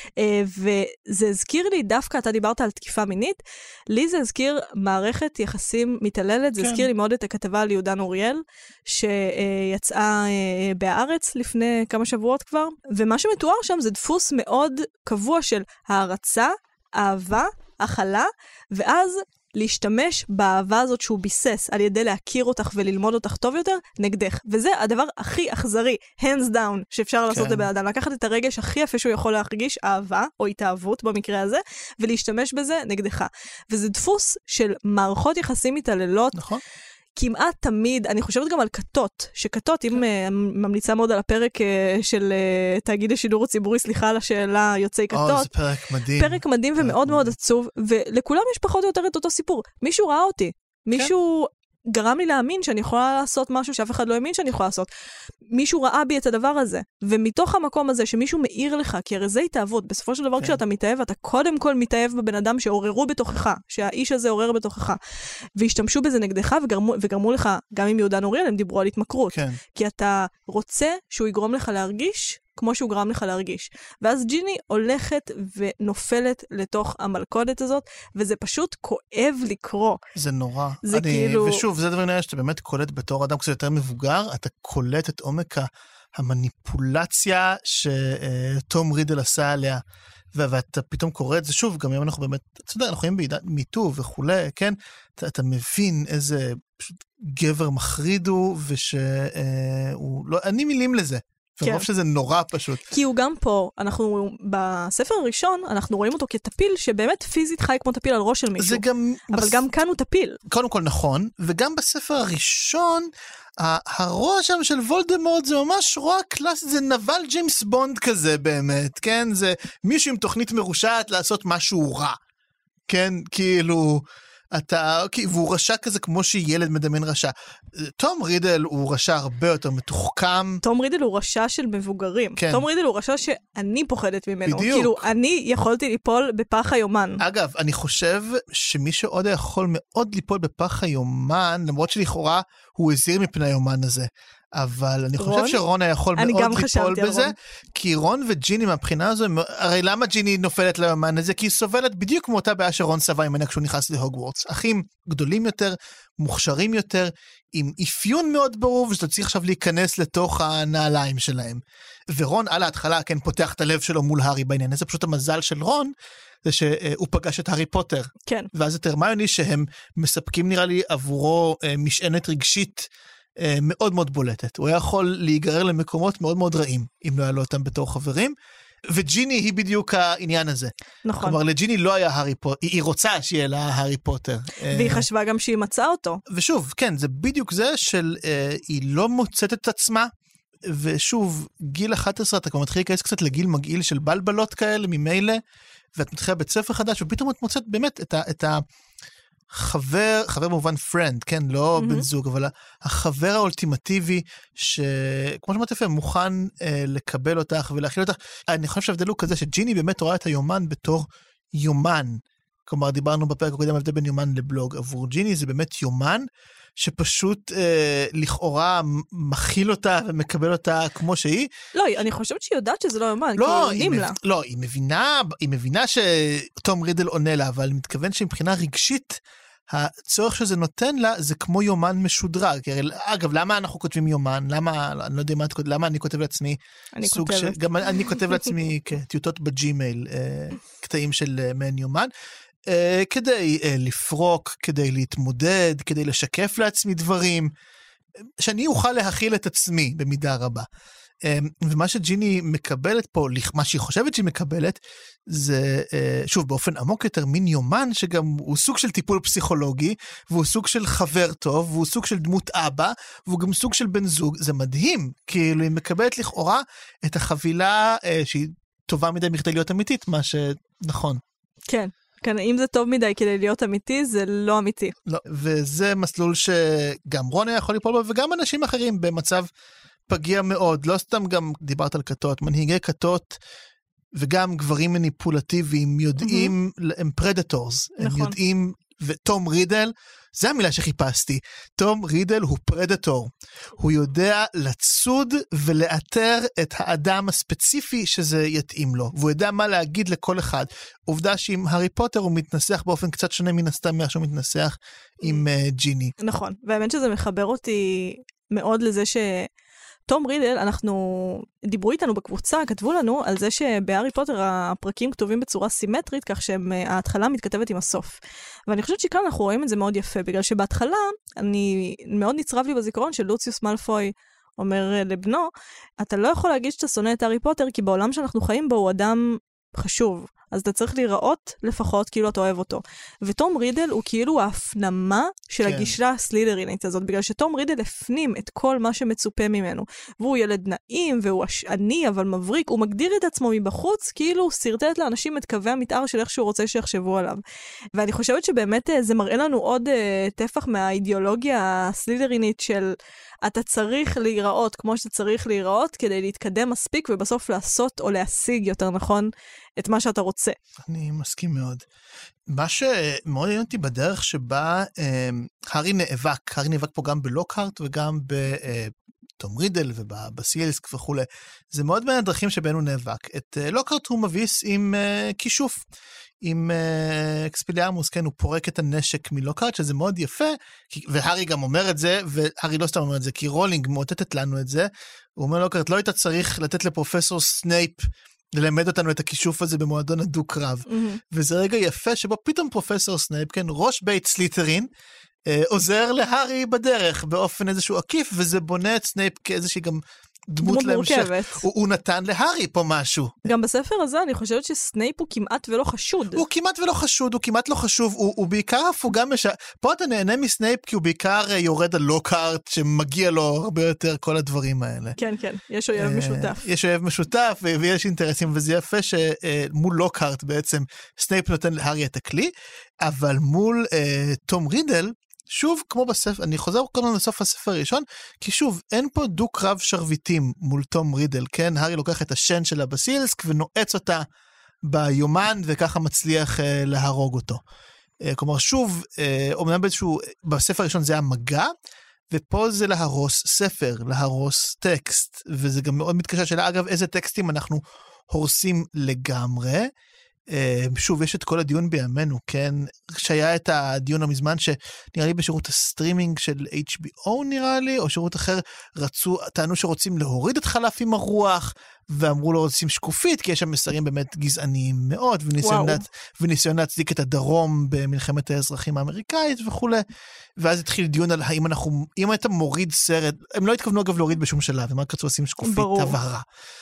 וזה הזכיר לי, דווקא אתה דיברת על תקיפה מינית, לי זה הזכיר מערכת יחסים מתעללת, זה הזכיר לי מאוד את הכתבה על יהודה נוריאל, שיצאה בהארץ לפני כמה שבועות כבר, ומה שמתואר שם זה דפוס מאוד קבוע של הערצה, אהבה, הכלה, ואז להשתמש באהבה הזאת שהוא ביסס על ידי להכיר אותך וללמוד אותך טוב יותר נגדך. וזה הדבר הכי אכזרי, hands down, שאפשר כן. לעשות לבן אדם. לקחת את הרגש הכי יפה שהוא יכול להרגיש, אהבה או התאהבות במקרה הזה, ולהשתמש בזה נגדך. וזה דפוס של מערכות יחסים מתעללות, נכון. כמעט תמיד, אני חושבת גם על כתות, שכתות, אם ממליצה מאוד על הפרק של תאגיד השידור הציבורי, סליחה על השאלה יוצאי כתות. או, זה פרק מדהים. פרק מדהים ומאוד מאוד עצוב, ולכולם יש פחות או יותר את אותו סיפור. מישהו ראה אותי, מישהו גרם לי להאמין שאני יכולה לעשות משהו שאף אחד לא האמין שאני יכולה לעשות. מישהו ראה בי את הדבר הזה, ומתוך המקום הזה שמישהו מאיר לך, כי הרי זה התאהבות, בסופו של דבר כשאתה מתאהב, אתה קודם כל מתאהב בבן אדם שעוררו בתוכך, שהאיש הזה עורר בתוכך, והשתמשו בזה נגדך וגרמו, וגרמו לך, גם עם יהודה נוריאל, הם דיברו על התמכרות, כן. כי אתה רוצה שהוא יגרום לך להרגיש כמו שהוא גרם לך להרגיש. ואז ג'יני הולכת ונופלת לתוך המלכודת הזאת, וזה פשוט כואב לקרוא. זה נורא. זה אני, כאילו... ושוב, זה דבר נראה שאתה באמת קולט בתור אדם קצת יותר מבוגר, אתה קולט את עומק המניפולציה שתום רידל עשה עליה, ואתה פתאום קורא את זה שוב, גם אם אנחנו באמת, אתה יודע, אנחנו חיים בעידן מיטו וכולי, כן? אתה, אתה מבין איזה פשוט גבר מחריד הוא, ושהוא לא, אני מילים לזה. ורוב שזה נורא פשוט. כי הוא גם פה, אנחנו, בספר הראשון, אנחנו רואים אותו כטפיל, שבאמת פיזית חי כמו טפיל על ראש של מישהו. זה גם... אבל בס... גם כאן הוא טפיל. קודם כל נכון, וגם בספר הראשון, הרוע שם של וולדמורט זה ממש רוע קלאסי, זה נבל ג'יימס בונד כזה באמת, כן? זה מישהו עם תוכנית מרושעת לעשות משהו רע. כן? כאילו... אתה, והוא רשע כזה כמו שילד מדמיין רשע. תום רידל הוא רשע הרבה יותר מתוחכם. תום רידל הוא רשע של מבוגרים. כן. תום רידל הוא רשע שאני פוחדת ממנו. בדיוק. כאילו, אני יכולתי ליפול בפח היומן. אגב, אני חושב שמי שעוד יכול מאוד ליפול בפח היומן, למרות שלכאורה הוא הזהיר מפני היומן הזה. אבל אני חושב רון? שרון היה יכול מאוד ליפול בזה, רון. כי רון וג'יני מהבחינה הזו, הרי למה ג'יני נופלת ליומן הזה? כי היא סובלת בדיוק כמו אותה בעיה שרון סבא ממנה כשהוא נכנס להוגוורטס. אחים גדולים יותר, מוכשרים יותר, עם אפיון מאוד ברור, ושאתה צריך עכשיו להיכנס לתוך הנעליים שלהם. ורון על ההתחלה כן פותח את הלב שלו מול הארי בעניין. זה פשוט המזל של רון, זה שהוא פגש את הארי פוטר. כן. ואז את הרמיוני שהם מספקים נראה לי עבורו משענת רגשית, מאוד מאוד בולטת. הוא היה יכול להיגרר למקומות מאוד מאוד רעים, אם לא היה לו אותם בתור חברים, וג'יני היא בדיוק העניין הזה. נכון. כלומר, לג'יני לא היה הארי פוטר, היא רוצה שיהיה לה הארי פוטר. והיא חשבה גם שהיא מצאה אותו. ושוב, כן, זה בדיוק זה של, היא לא מוצאת את עצמה, ושוב, גיל אחת עשרה, אתה כבר מתחיל להיכנס קצת לגיל מגעיל של בלבלות כאלה, ממילא, ואת מתחילה בית ספר חדש, ופתאום את מוצאת באמת את ה... את ה חבר, חבר במובן פרנד, כן, לא mm-hmm. בן זוג, אבל החבר האולטימטיבי, שכמו שאמרת יפה, מוכן אה, לקבל אותך ולהכיל אותך. אני חושב שההבדל הוא כזה, שג'יני באמת רואה את היומן בתור יומן. כלומר, דיברנו בפרק הקודם על הבדל בין יומן לבלוג. עבור ג'יני זה באמת יומן, שפשוט אה, לכאורה מכיל אותה ומקבל אותה כמו שהיא. לא, אני חושבת שהיא יודעת שזה לא יומן, לא, כי יודעים לה. לא, היא מבינה, היא מבינה שתום רידל עונה לה, אבל אני מתכוון שמבחינה רגשית, הצורך שזה נותן לה, זה כמו יומן משודרג. אגב, למה אנחנו כותבים יומן? למה, אני לא יודע מה את כותבת, למה אני כותב לעצמי סוג של, גם אני כותב לעצמי טיוטות בג'ימייל, קטעים של מעין יומן, כדי לפרוק, כדי להתמודד, כדי לשקף לעצמי דברים, שאני אוכל להכיל את עצמי במידה רבה. ומה שג'יני מקבלת פה, מה שהיא חושבת שהיא מקבלת, זה שוב באופן עמוק יותר מין יומן שגם הוא סוג של טיפול פסיכולוגי, והוא סוג של חבר טוב, והוא סוג של דמות אבא, והוא גם סוג של בן זוג. זה מדהים, כאילו היא מקבלת לכאורה את החבילה שהיא טובה מדי מכדי להיות אמיתית, מה שנכון. כן. כן, אם זה טוב מדי כדי להיות אמיתי, זה לא אמיתי. לא, וזה מסלול שגם רון היה יכול ליפול בו, וגם אנשים אחרים במצב פגיע מאוד. לא סתם גם דיברת על כתות, מנהיגי כתות, וגם גברים מניפולטיביים יודעים, mm-hmm. הם פרדטורס, נכון. הם יודעים ותום רידל, זה המילה שחיפשתי, תום רידל הוא פרדטור, הוא יודע לצוד ולאתר את האדם הספציפי שזה יתאים לו, והוא יודע מה להגיד לכל אחד. עובדה שעם הארי פוטר הוא מתנסח באופן קצת שונה מן הסתם מאיך שהוא מתנסח עם uh, ג'יני. נכון, והאמת שזה מחבר אותי מאוד לזה ש... תום רידל, אנחנו דיברו איתנו בקבוצה, כתבו לנו על זה שבהארי פוטר הפרקים כתובים בצורה סימטרית, כך שההתחלה מתכתבת עם הסוף. ואני חושבת שכאן אנחנו רואים את זה מאוד יפה, בגלל שבהתחלה אני מאוד נצרב לי בזיכרון של לוציוס מאלפוי אומר לבנו, אתה לא יכול להגיד שאתה שונא את הארי פוטר, כי בעולם שאנחנו חיים בו הוא אדם חשוב. אז אתה צריך להיראות לפחות כאילו אתה אוהב אותו. ותום רידל הוא כאילו ההפנמה של כן. הגישה הסלידרינית הזאת, בגלל שתום רידל הפנים את כל מה שמצופה ממנו. והוא ילד נעים, והוא עני, אבל מבריק, הוא מגדיר את עצמו מבחוץ, כאילו הוא סרטט לאנשים את קווי המתאר של איך שהוא רוצה שיחשבו עליו. ואני חושבת שבאמת זה מראה לנו עוד uh, טפח מהאידיאולוגיה הסלידרינית של אתה צריך להיראות כמו שאתה צריך להיראות, כדי להתקדם מספיק ובסוף לעשות או להשיג יותר נכון את מה שאתה רוצה. אני מסכים מאוד. מה שמאוד עניין אותי בדרך שבה אה, הארי נאבק, הארי נאבק פה גם בלוקהרט וגם בתום רידל ובסיילסק וכו'. זה מאוד בין הדרכים שבהן הוא נאבק. את אה, לוקהרט הוא מביס עם אה, כישוף. עם uh, אקספיליארמוס, כן, הוא פורק את הנשק מלוקהרט, שזה מאוד יפה, כי, והארי גם אומר את זה, והארי לא סתם אומר את זה, כי רולינג מאותתת לנו את זה, הוא אומר לוקהרט, לא היית צריך לתת לפרופסור סנייפ, ללמד אותנו את הכישוף הזה במועדון הדו-קרב, mm-hmm. וזה רגע יפה, שבו פתאום פרופסור סנייפ, כן, ראש בית סלית'רין, אה, עוזר להארי בדרך, באופן איזשהו עקיף, וזה בונה את סנייפ כאיזושהי גם דמות להמשך. הוא, הוא נתן להארי פה משהו. גם בספר הזה אני חושבת שסנייפ הוא כמעט ולא חשוד. הוא כמעט ולא חשוד, הוא כמעט לא חשוב, הוא, הוא בעיקר הפוגה מש... פה אתה נהנה מסנייפ כי הוא בעיקר יורד על לוקהרט שמגיע לו הרבה יותר כל הדברים האלה. כן, כן, יש אויב משותף. יש אויב משותף ויש אינטרסים, וזה יפה שמול לוקהרט בעצם סנייפ נותן להארי את הכלי, אבל מול אה, תום רידל, שוב, כמו בספר, אני חוזר קודם לסוף הספר הראשון, כי שוב, אין פה דוק רב שרביטים מול תום רידל, כן? הארי לוקח את השן של הבסילסק ונועץ אותה ביומן, וככה מצליח אה, להרוג אותו. אה, כלומר, שוב, אה, אומנם באיזשהו, בספר הראשון זה היה מגע, ופה זה להרוס ספר, להרוס טקסט, וזה גם מאוד מתקשר שאלה, אגב, איזה טקסטים אנחנו הורסים לגמרי, שוב, יש את כל הדיון בימינו, כן? שהיה את הדיון המזמן שנראה לי בשירות הסטרימינג של אייץ' בי או נראה לי, או שירות אחר, רצו, טענו שרוצים להוריד את חלף עם הרוח, ואמרו לו רוצים שקופית, כי יש שם מסרים באמת גזעניים מאוד, וניסיון, לה, וניסיון להצדיק את הדרום במלחמת האזרחים האמריקאית וכו'. ואז התחיל דיון על האם אנחנו, אם אתה מוריד סרט, הם לא התכוונו אגב להוריד בשום שלב, הם רק רצו לשים שקופית הבהרה.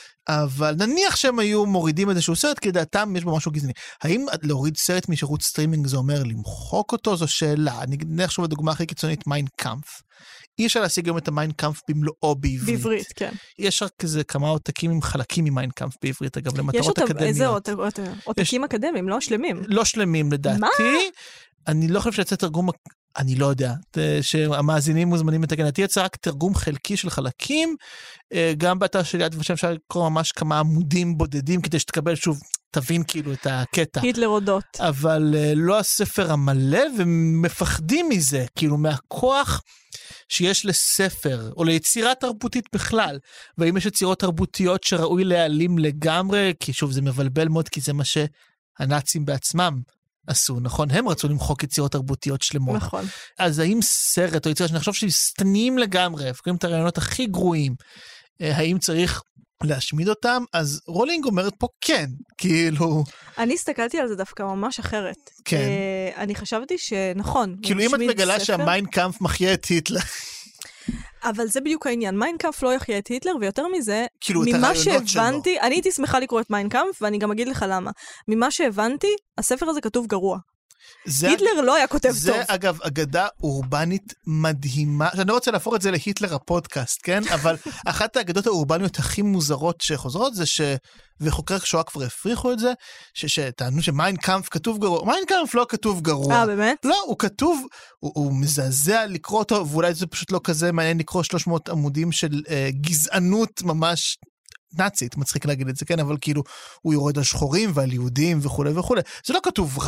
אבל נניח שהם היו מורידים איזשהו סרט, כי לדעתם יש בו משהו גזעני. האם להוריד סרט משירות סטרימינג זה אומר למחוק אותו? זו שאלה. אני נניח שוב הדוגמה הכי קיצונית, מיין קאמפ. אי אפשר להשיג גם את המיין קאמפ במלואו בעברית. בעברית, כן. יש רק כזה כמה עותקים עם חלקים ממיין קאמפ בעברית, אגב, למטרות אקדמיות. יש אותם, איזה עותקים אקדמיים, לא שלמים. לא שלמים לדעתי. מה? אני לא חושב שיצא תרגום, אני לא יודע, שהמאזינים מוזמנים לתקן. יצא רק תרגום חלקי של חלקים, גם באתר של יד ושם אפשר לקרוא ממש כמה עמודים בודדים, כדי שתקבל שוב, תבין כאילו את הקטע. היטלר אודות. אבל לא הספר המלא, ומפחדים מזה, כאילו מהכוח שיש לספר, או ליצירה תרבותית בכלל, ואם יש יצירות תרבותיות שראוי להעלים לגמרי, כי שוב זה מבלבל מאוד, כי זה מה שהנאצים בעצמם עשו, נכון? הם רצו למחוק יצירות תרבותיות שלמות. נכון. אז האם סרט או יצירה שאני חושב שסתניים לגמרי, הפכים את הרעיונות הכי גרועים, האם צריך להשמיד אותם? אז רולינג אומרת פה כן, כאילו... אני הסתכלתי על זה דווקא ממש אחרת. כן. אני חשבתי שנכון. כאילו אם את מגלה שהמיין קאמפ מחיה את היטלר... אבל זה בדיוק העניין, מיינקאמפ לא יחיה את היטלר, ויותר מזה, כאילו ממה שהבנתי, אני הייתי שמחה לקרוא את מיינקאמפ, ואני גם אגיד לך למה. ממה שהבנתי, הספר הזה כתוב גרוע. היטלר לא היה כותב טוב. זה אגב אגדה אורבנית מדהימה, שאני לא רוצה להפוך את זה להיטלר הפודקאסט, כן? אבל אחת האגדות האורבניות הכי מוזרות שחוזרות זה ש... וחוקרי שואה כבר הפריחו את זה, שטענו שמיינקאמפ כתוב גרוע. מיינקאמפ לא כתוב גרוע. אה, באמת? לא, הוא כתוב, הוא, הוא מזעזע לקרוא אותו, ואולי זה פשוט לא כזה מעניין לקרוא שלוש מאות עמודים של אה, גזענות ממש נאצית, מצחיק להגיד את זה, כן? אבל כאילו, הוא יורד על שחורים ועל יהודים וכו' וכו'. זה לא כתוב רע.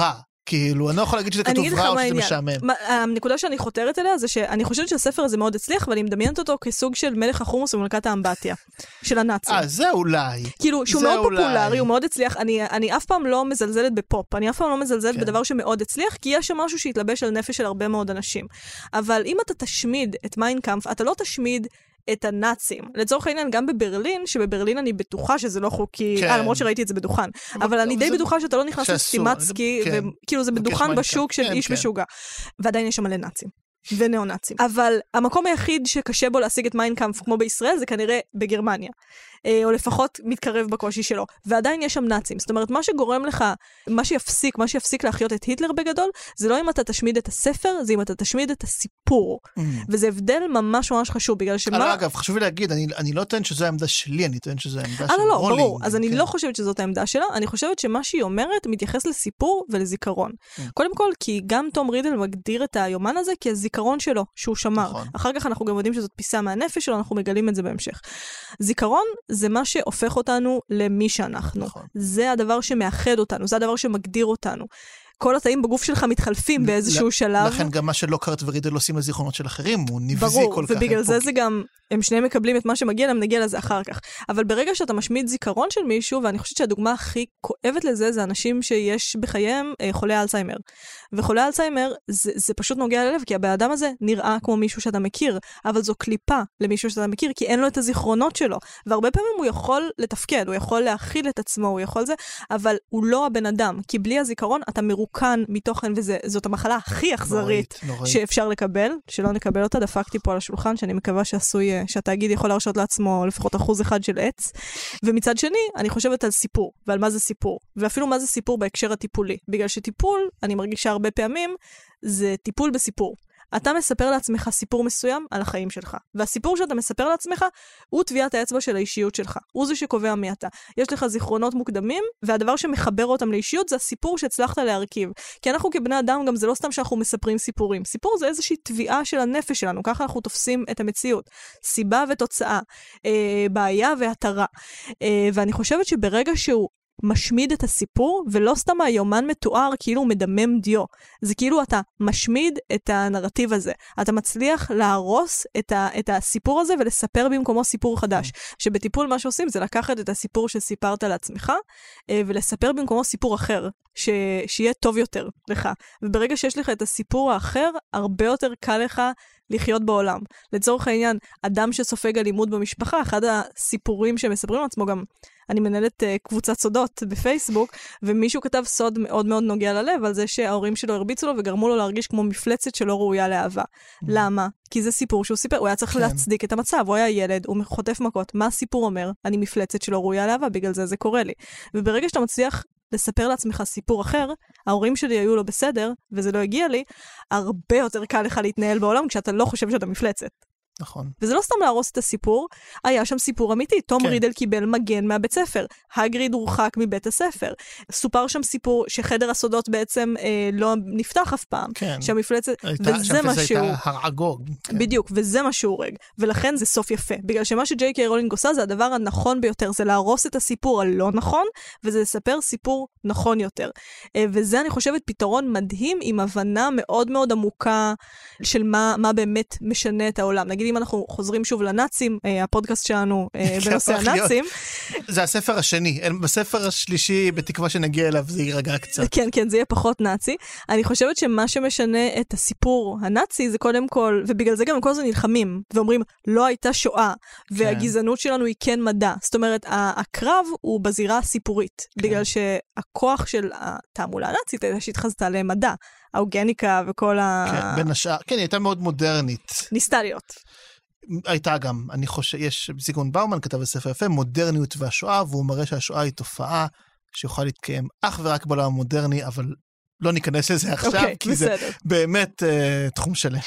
כאילו, אני לא יכול להגיד שזה כתוב רע או שזה משעמם. הנקודה שאני חותרת אליה זה שאני חושבת שהספר הזה מאוד הצליח, ואני מדמיינת אותו כסוג של מלך החומוס ומלכת האמבטיה של הנאצים. אה, זה אולי. כאילו, שהוא מאוד פופולרי, הוא מאוד הצליח. אני אף פעם לא מזלזלת בפופ, אני אף פעם לא מזלזלת בדבר שמאוד הצליח, כי יש שם משהו שהתלבש על נפש של הרבה מאוד אנשים. אבל אם אתה תשמיד את מיינקאמפ, אתה לא תשמיד את הנאצים. לצורך העניין, גם בברלין, שבברלין אני בטוחה שזה לא חוקי, כן. אה, למרות שראיתי את זה בדוכן, אבל, אבל אני די זה... בטוחה שאתה לא נכנס לסטימצקי, כן. וכאילו זה בדוכן בשוק של כן, איש כן. משוגע. ועדיין יש שם מלא נאצים. וניאו-נאצים. אבל המקום היחיד שקשה בו להשיג את מיינקאמפ, כמו בישראל, זה כנראה בגרמניה. או לפחות מתקרב בקושי שלו. ועדיין יש שם נאצים. זאת אומרת, מה שגורם לך, מה שיפסיק, מה שיפסיק להחיות את היטלר בגדול, זה לא אם אתה תשמיד את הספר, זה אם אתה תשמיד את הסיפור. Mm. וזה הבדל ממש ממש חשוב, בגלל שמה... אגב, חשוב לי להגיד, אני, אני לא טוען שזו העמדה שלי, אני טוען שזו העמדה של רולינג. לא, לא, ברור. אז כן. אני לא חושבת שזאת העמדה שלה, אני חושבת שמה שהיא אומרת מתייחס לסיפור ולזיכרון. Mm. קודם כל, כי גם תום רידל מגדיר את היומן הזה כזיכרון שלו, שהוא שמר. נכון. אחר כך אנחנו גם יודעים שזאת פיסה מהנפש שלו, אנחנו מגלים את זה בהמשך. זיכרון זה מה שהופך אותנו למי שאנחנו. נכון. זה הדבר שמאחד אותנו, זה הדבר שמגדיר אותנו. כל התאים בגוף שלך מתחלפים באיזשהו שלב. לכן גם מה שלא קרט ורידל עושים לזיכרונות של אחרים, הוא נבזי כל כך. ברור, ובגלל זה זה גם, הם שניהם מקבלים את מה שמגיע להם, נגיע לזה אחר כך. אבל ברגע שאתה משמיד זיכרון של מישהו, ואני חושבת שהדוגמה הכי כואבת לזה, זה אנשים שיש בחייהם חולי אלצהיימר. וחולי אלצהיימר, זה, זה פשוט נוגע ללב, כי הבאדם הזה נראה כמו מישהו שאתה מכיר, אבל זו קליפה למישהו שאתה מכיר, כי אין לו את הזיכרונות שלו. והרבה פעמים הוא יכול לתפקד, הוא יכול להכיל את עצמו, הוא יכול זה, אבל הוא לא הבן אדם, כי בלי הזיכרון אתה מרוקן מתוכן, וזאת המחלה הכי אכזרית נוראית, נוראית. שאפשר לקבל, שלא נקבל אותה, דפקתי פה על השולחן, שאני מקווה שעשוי, שהתאגיד יכול להרשות לעצמו לפחות אחוז אחד של עץ. ומצד שני, אני חושבת על סיפור, ועל מה זה סיפור, ואפילו מה זה סיפור בהקשר הטיפולי, בגלל שטיפול, אני מרגישה הרבה פעמים, זה טיפול בסיפור. אתה מספר לעצמך סיפור מסוים על החיים שלך. והסיפור שאתה מספר לעצמך הוא טביעת האצבע של האישיות שלך. הוא זה שקובע מי אתה. יש לך זיכרונות מוקדמים, והדבר שמחבר אותם לאישיות זה הסיפור שהצלחת להרכיב. כי אנחנו כבני אדם גם זה לא סתם שאנחנו מספרים סיפורים. סיפור זה איזושהי טביעה של הנפש שלנו. ככה אנחנו תופסים את המציאות. סיבה ותוצאה. אה, בעיה והתרה. אה, ואני חושבת שברגע שהוא משמיד את הסיפור, ולא סתם היומן מתואר כאילו הוא מדמם דיו. זה כאילו אתה משמיד את הנרטיב הזה. אתה מצליח להרוס את, ה, את הסיפור הזה ולספר במקומו סיפור חדש. שבטיפול מה שעושים זה לקחת את הסיפור שסיפרת לעצמך, ולספר במקומו סיפור אחר, ש, שיהיה טוב יותר לך. וברגע שיש לך את הסיפור האחר, הרבה יותר קל לך לחיות בעולם. לצורך העניין, אדם שסופג אלימות במשפחה, אחד הסיפורים שמספרים לעצמו גם, אני מנהלת uh, קבוצת סודות בפייסבוק, ומישהו כתב סוד מאוד מאוד נוגע ללב, על זה שההורים שלו הרביצו לו וגרמו לו להרגיש כמו מפלצת שלא ראויה לאהבה. Mm. למה? כי זה סיפור שהוא סיפר, הוא היה צריך כן. להצדיק את המצב, הוא היה ילד, הוא חוטף מכות. מה הסיפור אומר? אני מפלצת שלא ראויה לאהבה, בגלל זה זה קורה לי. וברגע שאתה מצליח לספר לעצמך סיפור אחר, ההורים שלי היו לא בסדר, וזה לא הגיע לי, הרבה יותר קל לך להתנהל בעולם, כשאתה לא חושב שאתה מפלצת. נכון. וזה לא סתם להרוס את הסיפור, היה שם סיפור אמיתי. תום כן. רידל קיבל מגן מהבית ספר, הגריד הורחק מבית הספר. סופר שם סיפור שחדר הסודות בעצם אה, לא נפתח אף פעם. כן. שהמפלצת, הייתה, וזה מה שהוא... הייתה הרגוג. כן. בדיוק, וזה מה שהוא ורג. ולכן זה סוף יפה. בגלל שמה שג'יי קיי רולינג עושה זה הדבר הנכון ביותר, זה להרוס את הסיפור הלא נכון, וזה לספר סיפור נכון יותר. אה, וזה אני חושבת פתרון מדהים, עם הבנה מאוד מאוד עמוקה של מה, מה באמת משנה את העולם. נגיד אם אנחנו חוזרים שוב לנאצים, הפודקאסט שלנו בנושא הנאצים. זה הספר השני, בספר השלישי, בתקווה שנגיע אליו, זה יירגע קצת. כן, כן, זה יהיה פחות נאצי. אני חושבת שמה שמשנה את הסיפור הנאצי, זה קודם כל, ובגלל זה גם כל זה נלחמים, ואומרים, לא הייתה שואה, והגזענות שלנו היא כן מדע. זאת אומרת, הקרב הוא בזירה הסיפורית, בגלל שהכוח של התעמולה הנאצית, שהתחזתה למדע, האוגניקה וכל ה... כן, בין השאר, כן, היא הייתה מאוד מודרנית. ניסתה להיות. הייתה גם, אני חושב, יש, זיגמונד באומן כתב בספר יפה, מודרניות והשואה, והוא מראה שהשואה היא תופעה שיכולה להתקיים אך ורק בעולם המודרני, אבל לא ניכנס לזה עכשיו, okay, כי בסדר. זה באמת uh, תחום שלם.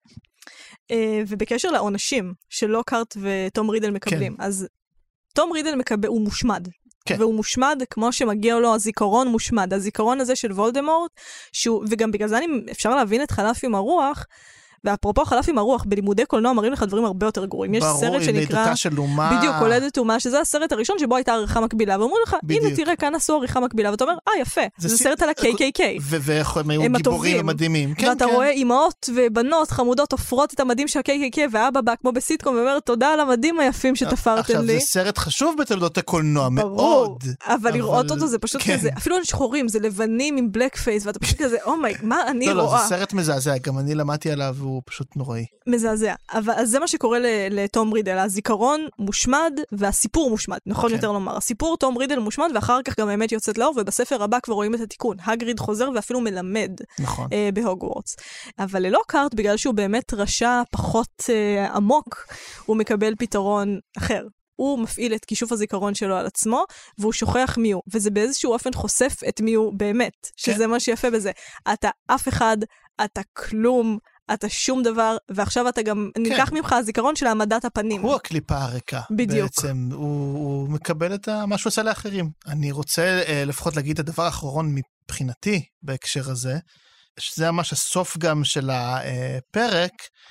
Uh, ובקשר לעונשים שלא קארט ותום רידל מקבלים, כן. אז תום רידל מקבל, הוא מושמד. כן. והוא מושמד כמו שמגיע לו, הזיכרון מושמד. הזיכרון הזה של וולדמורט, שהוא, וגם בגלל זה אני, אפשר להבין את חלף עם הרוח, ואפרופו חלף עם הרוח, בלימודי קולנוע מראים לך דברים הרבה יותר גרועים. יש סרט שנקרא... לידתה של אומה. בדיוק, הולדת אומה, שזה הסרט הראשון שבו הייתה עריכה מקבילה, ואומרים לך, הנה תראה, כאן עשו עריכה מקבילה, ואתה אומר, אה, יפה, זה סרט על ה-קיי קיי קיי. ואיך הם היו גיבורים ומדהימים. ואתה רואה אימהות ובנות חמודות עופרות את המדים של ה-קיי קיי קיי, ואבא בא כמו בסיטקום ואומר, תודה על המדים היפים שתפרתם לי. עכשיו, זה סרט חשוב בתולדות הקולנוע, מאוד. אבל לראות אותו זה פשוט כזה, אפילו אין שחורים, זה לבנים עם בלק פייס, ואתה פשוט כזה, אומי, מה אני רואה? לא, לא, זה סרט מזעזע, גם אני למדתי עליו, והוא פשוט נוראי. מזעזע. אבל זה מה שקורה לתום רידל, הזיכרון מושמד, והסיפור מושמד, נכון יותר לומר. הסיפור תום רידל מושמד, ואחר כך גם האמת יוצאת לאור, ובספר הבא כבר רואים את התיקון. הגריד חוזר ואפילו מלמד נכון. אה, בהוגוורטס. אבל ללא קארט, בגלל שהוא באמת רשע פחות אה, עמוק, הוא מקבל פתרון אחר. הוא מפעיל את כישוף הזיכרון שלו על עצמו, והוא שוכח מי הוא. וזה באיזשהו אופן חושף את מי הוא באמת, שזה כן. מה שיפה בזה. אתה אף אחד, אתה כלום, אתה שום דבר, ועכשיו אתה גם כן. נלקח ממך הזיכרון של העמדת הפנים. הוא הקליפה הריקה. בדיוק. בעצם הוא, הוא מקבל את מה שהוא עושה לאחרים. אני רוצה אה, לפחות להגיד את הדבר האחרון מבחינתי בהקשר הזה, שזה ממש הסוף גם של הפרק,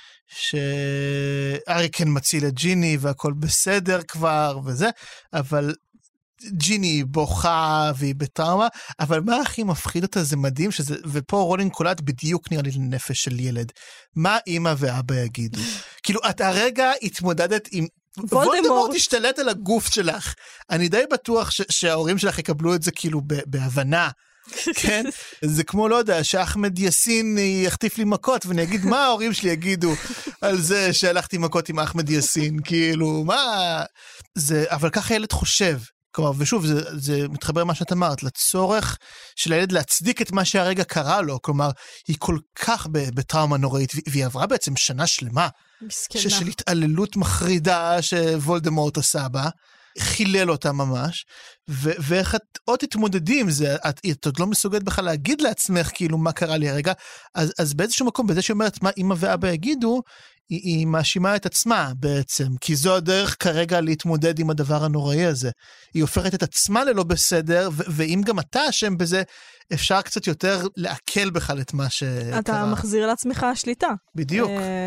שאריקן מציל את ג'יני והכל בסדר כבר וזה, אבל ג'יני בוכה והיא בטראומה, אבל מה הכי מפחיד אותה זה מדהים, שזה, ופה רולינג קולט בדיוק נראה לי לנפש של ילד. מה אמא ואבא יגידו? כאילו, את הרגע התמודדת עם... וולדמורט השתלט על הגוף שלך. אני די בטוח ש- שההורים שלך יקבלו את זה כאילו ב- בהבנה. כן? זה כמו, לא יודע, שאחמד יאסין יחטיף לי מכות, ואני אגיד, מה ההורים שלי יגידו על זה שהלכתי מכות עם אחמד יאסין? כאילו, מה... זה, אבל ככה ילד חושב. כלומר, ושוב, זה, זה מתחבר למה שאת אמרת, לצורך של הילד להצדיק את מה שהרגע קרה לו. כלומר, היא כל כך בטראומה נוראית, והיא עברה בעצם שנה שלמה. מסכנה. של התעללות מחרידה שוולדמורט עשה בה. חילל אותה ממש, ו- ואיך את עוד תתמודדים, זה, את, את עוד לא מסוגלת בכלל להגיד לעצמך, כאילו, מה קרה לי הרגע, אז, אז באיזשהו מקום, בזה שאומרת מה אמא ואבא יגידו, היא, היא מאשימה את עצמה בעצם, כי זו הדרך כרגע להתמודד עם הדבר הנוראי הזה. היא הופכת את עצמה ללא בסדר, ו- ואם גם אתה אשם בזה, אפשר קצת יותר לעכל בכלל את מה שקרה. אתה מחזיר לעצמך השליטה. בדיוק.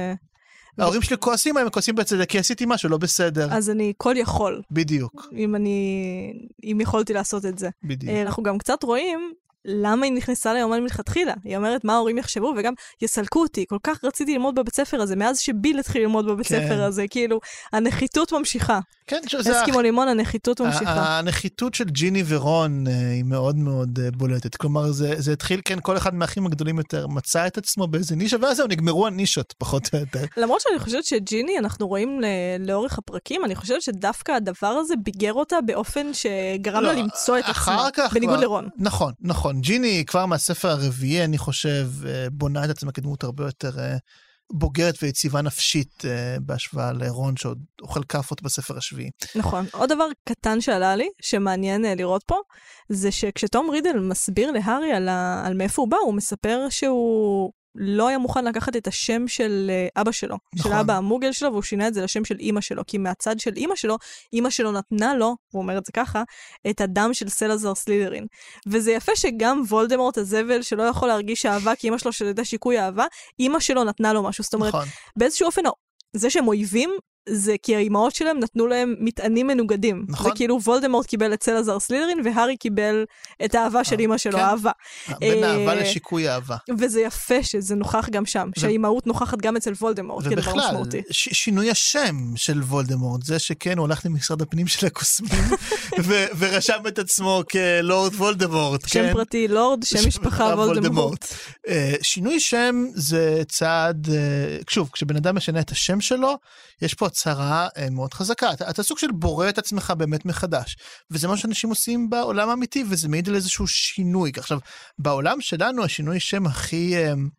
ההורים שלי כועסים, הם כועסים בצדק, כי עשיתי משהו לא בסדר. אז אני כל יכול. בדיוק. אם אני, אם יכולתי לעשות את זה. בדיוק. אנחנו גם קצת רואים למה היא נכנסה ליומן מלכתחילה. היא אומרת מה ההורים יחשבו, וגם יסלקו אותי. כל כך רציתי ללמוד בבית ספר הזה, מאז שביל התחיל ללמוד בבית כן. ספר הזה, כאילו, הנחיתות ממשיכה. כן, אסקימו לימון, הנחיתות ממשיכה. הנחיתות של ג'יני ורון היא מאוד מאוד בולטת. כלומר, זה, זה התחיל, כן, כל אחד מהאחים הגדולים יותר מצא את עצמו באיזה נישה, ואז זהו, נגמרו הנישות, פחות או יותר. למרות שאני חושבת שג'יני, אנחנו רואים לאורך הפרקים, אני חושבת שדווקא הדבר הזה ביגר אותה באופן שגרם לה למצוא את עצמה, בניגוד לרון. נכון, נכון. ג'יני כבר מהספר הרביעי, אני חושב, בונה את עצמה כדמות הרבה יותר בוגרת ויציבה נפשית בהשוואה לרון, שעוד אוכל כאפות בספר השביעי. נכון. עוד דבר קטן שעלה לי, שמעניין לראות פה, זה שכשתום רידל מסביר להארי על, ה... על מאיפה הוא בא, הוא מספר שהוא לא היה מוכן לקחת את השם של אבא שלו, נכון. של אבא המוגל שלו, והוא שינה את זה לשם של אמא שלו, כי מהצד של אמא שלו, אמא שלו נתנה לו, הוא אומר את זה ככה, את הדם של סלאזר סלית'רין. וזה יפה שגם וולדמורט הזבל, שלא יכול להרגיש אהבה, כי אמא שלו שלדה שיקוי אהבה, אמא שלו נתנה לו משהו. זאת אומרת, נכון. באיזשהו אופן, זה שהם אויבים, זה כי האימהות שלהם נתנו להם מטענים מנוגדים. נכון. זה כאילו וולדמורט קיבל את סלאזר סלית'רין, והארי קיבל את האהבה של אמא שלו, אהבה. בין אהבה לשיקוי אהבה. וזה יפה שזה נוכח גם שם, שהאימהות נוכחת גם אצל וולדמורט, כדבר משמעותי. ובכלל, שינוי השם של וולדמורט, זה שכן, הוא הלך למשרד הפנים של הקוסמים, ורשם את עצמו כלורד וולדמורט. שם פרטי, לורד, שם משפחה וולדמורט. שינוי שם זה צעד, שוב, כשבן אדם משנה את השם שלו, יש פה הצהרה מאוד חזקה. אתה, אתה סוג של בורא את עצמך באמת מחדש. וזה מה שאנשים עושים בעולם האמיתי, וזה מעיד על איזשהו שינוי. עכשיו, בעולם שלנו, השינוי שם הכי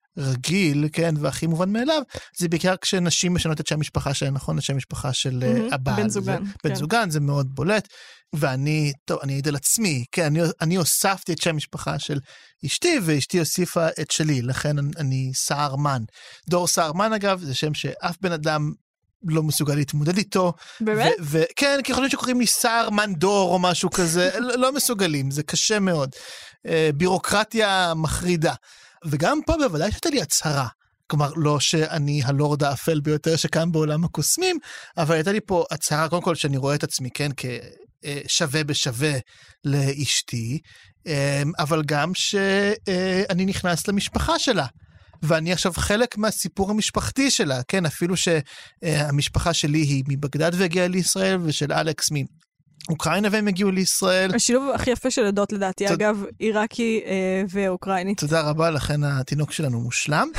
רגיל, כן, והכי מובן מאליו, זה בעיקר כשנשים משנות את שם המשפחה שלהם, נכון? את שם המשפחה של mm-hmm, הבעל. בן זוגן. זה, כן. בן זוגן, זה מאוד בולט. ואני, טוב, אני אעיד על עצמי, כן, אני, אני הוספתי את שם המשפחה של אשתי, ואשתי הוסיפה את שלי, לכן אני, אני סערמן. דור סערמן, אגב, זה שם שאף בן אדם לא מסוגל להתמודד איתו. באמת? וכן, כי חושבים שקוראים לי סער מנדור או משהו כזה, לא מסוגלים, זה קשה מאוד. בירוקרטיה מחרידה. וגם פה בוודאי שהייתה לי הצהרה. כלומר, לא שאני הלורד האפל ביותר שקם בעולם הקוסמים, אבל הייתה לי פה הצהרה, קודם כל שאני רואה את עצמי, כן, כשווה בשווה לאשתי, אבל גם שאני נכנס למשפחה שלה. ואני עכשיו חלק מהסיפור המשפחתי שלה, כן, אפילו שהמשפחה שלי היא מבגדד והגיעה לישראל, ושל אלכס מאוקראינה והם הגיעו לישראל. השילוב הכי יפה של עדות לדעתי, אגב, עיראקי ואוקראינית. תודה רבה, לכן התינוק שלנו מושלם,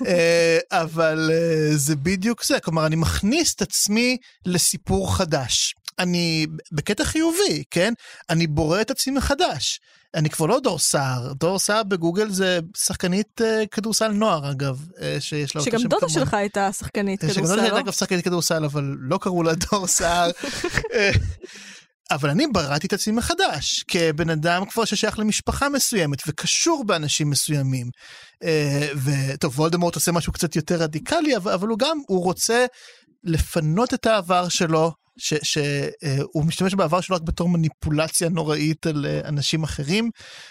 אבל זה בדיוק זה, כלומר, אני מכניס את עצמי לסיפור חדש. אני בקטע חיובי, כן? אני בורא את עצמי מחדש. אני כבר לא דור סער. דור סער בגוגל זה שחקנית uh, כדורסל נוער, אגב, uh, שיש לה שגם דודה שלך הייתה שחקנית כדורסל, לא? שגם דודה הייתה אגב שחקנית כדורסל, אבל לא קראו לה דור סער. אבל אני בראתי את עצמי מחדש, כבן אדם כבר ששייך למשפחה מסוימת, וקשור באנשים מסוימים. וטוב, וולדמורט עושה משהו קצת יותר רדיקלי, אבל הוא גם, הוא רוצה לפנות את העבר שלו, שהוא משתמש בעבר שלו רק בתור מניפולציה נוראית על אנשים אחרים,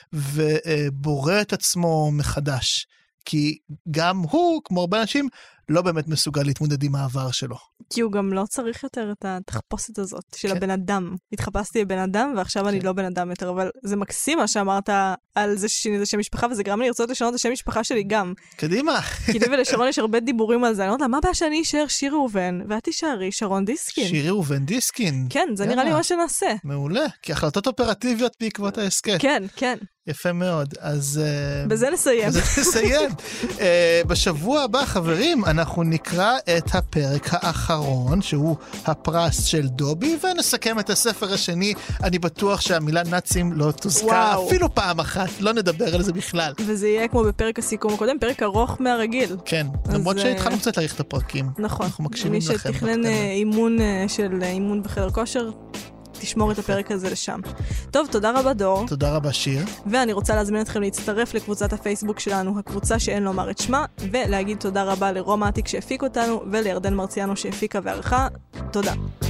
ובורא את עצמו מחדש. כי גם הוא, כמו הרבה אנשים, לא באמת מסוגל להתמודד עם העבר שלו. כי הוא גם לא צריך יותר את התחפושת הזאת של הבן אדם. התחפשתי לבן אדם, ועכשיו אני לא בן אדם יותר, אבל זה מקסים מה שאמרת על זה ששינית את שם משפחה, וזה גרם לי לרצות לשנות את השם משפחה שלי גם. קדימה. כי לי ולשרון יש הרבה דיבורים על זה. אני אומרת לה, מה הבא שאני אשאר שיר ראובן, ואת תישארי שרון דיסקין. שיר ראובן דיסקין. כן, זה נראה לי מה שנעשה. מעולה, כי החלטות אופרטיביות בעקבות ההסכת. כן, כן. יפה מאוד, אז... בזה נסיים. בזה נסיים. בשבוע הבא, חברים, אנחנו נקרא את הפרק האחרון, שהוא הפרס של דובי, ונסכם את הספר השני. אני בטוח שהמילה נאצים לא תוזכר אפילו פעם אחת, לא נדבר על זה בכלל. וזה יהיה כמו בפרק הסיכום הקודם, פרק ארוך מהרגיל. כן, למרות שהתחלנו קצת להאריך את הפרקים. נכון. אנחנו מקשיבים לכם. מי שתכנן אימון של אימון בחדר כושר, תשמור את הפרק הזה לשם. טוב, תודה רבה דור. תודה רבה שיר. ואני רוצה להזמין אתכם להצטרף לקבוצת הפייסבוק שלנו, הקבוצה שאין לומר את שמה, ולהגיד תודה רבה לרום עתיק שהפיק אותנו, ולירדן מרציאנו שהפיקה וערכה. תודה.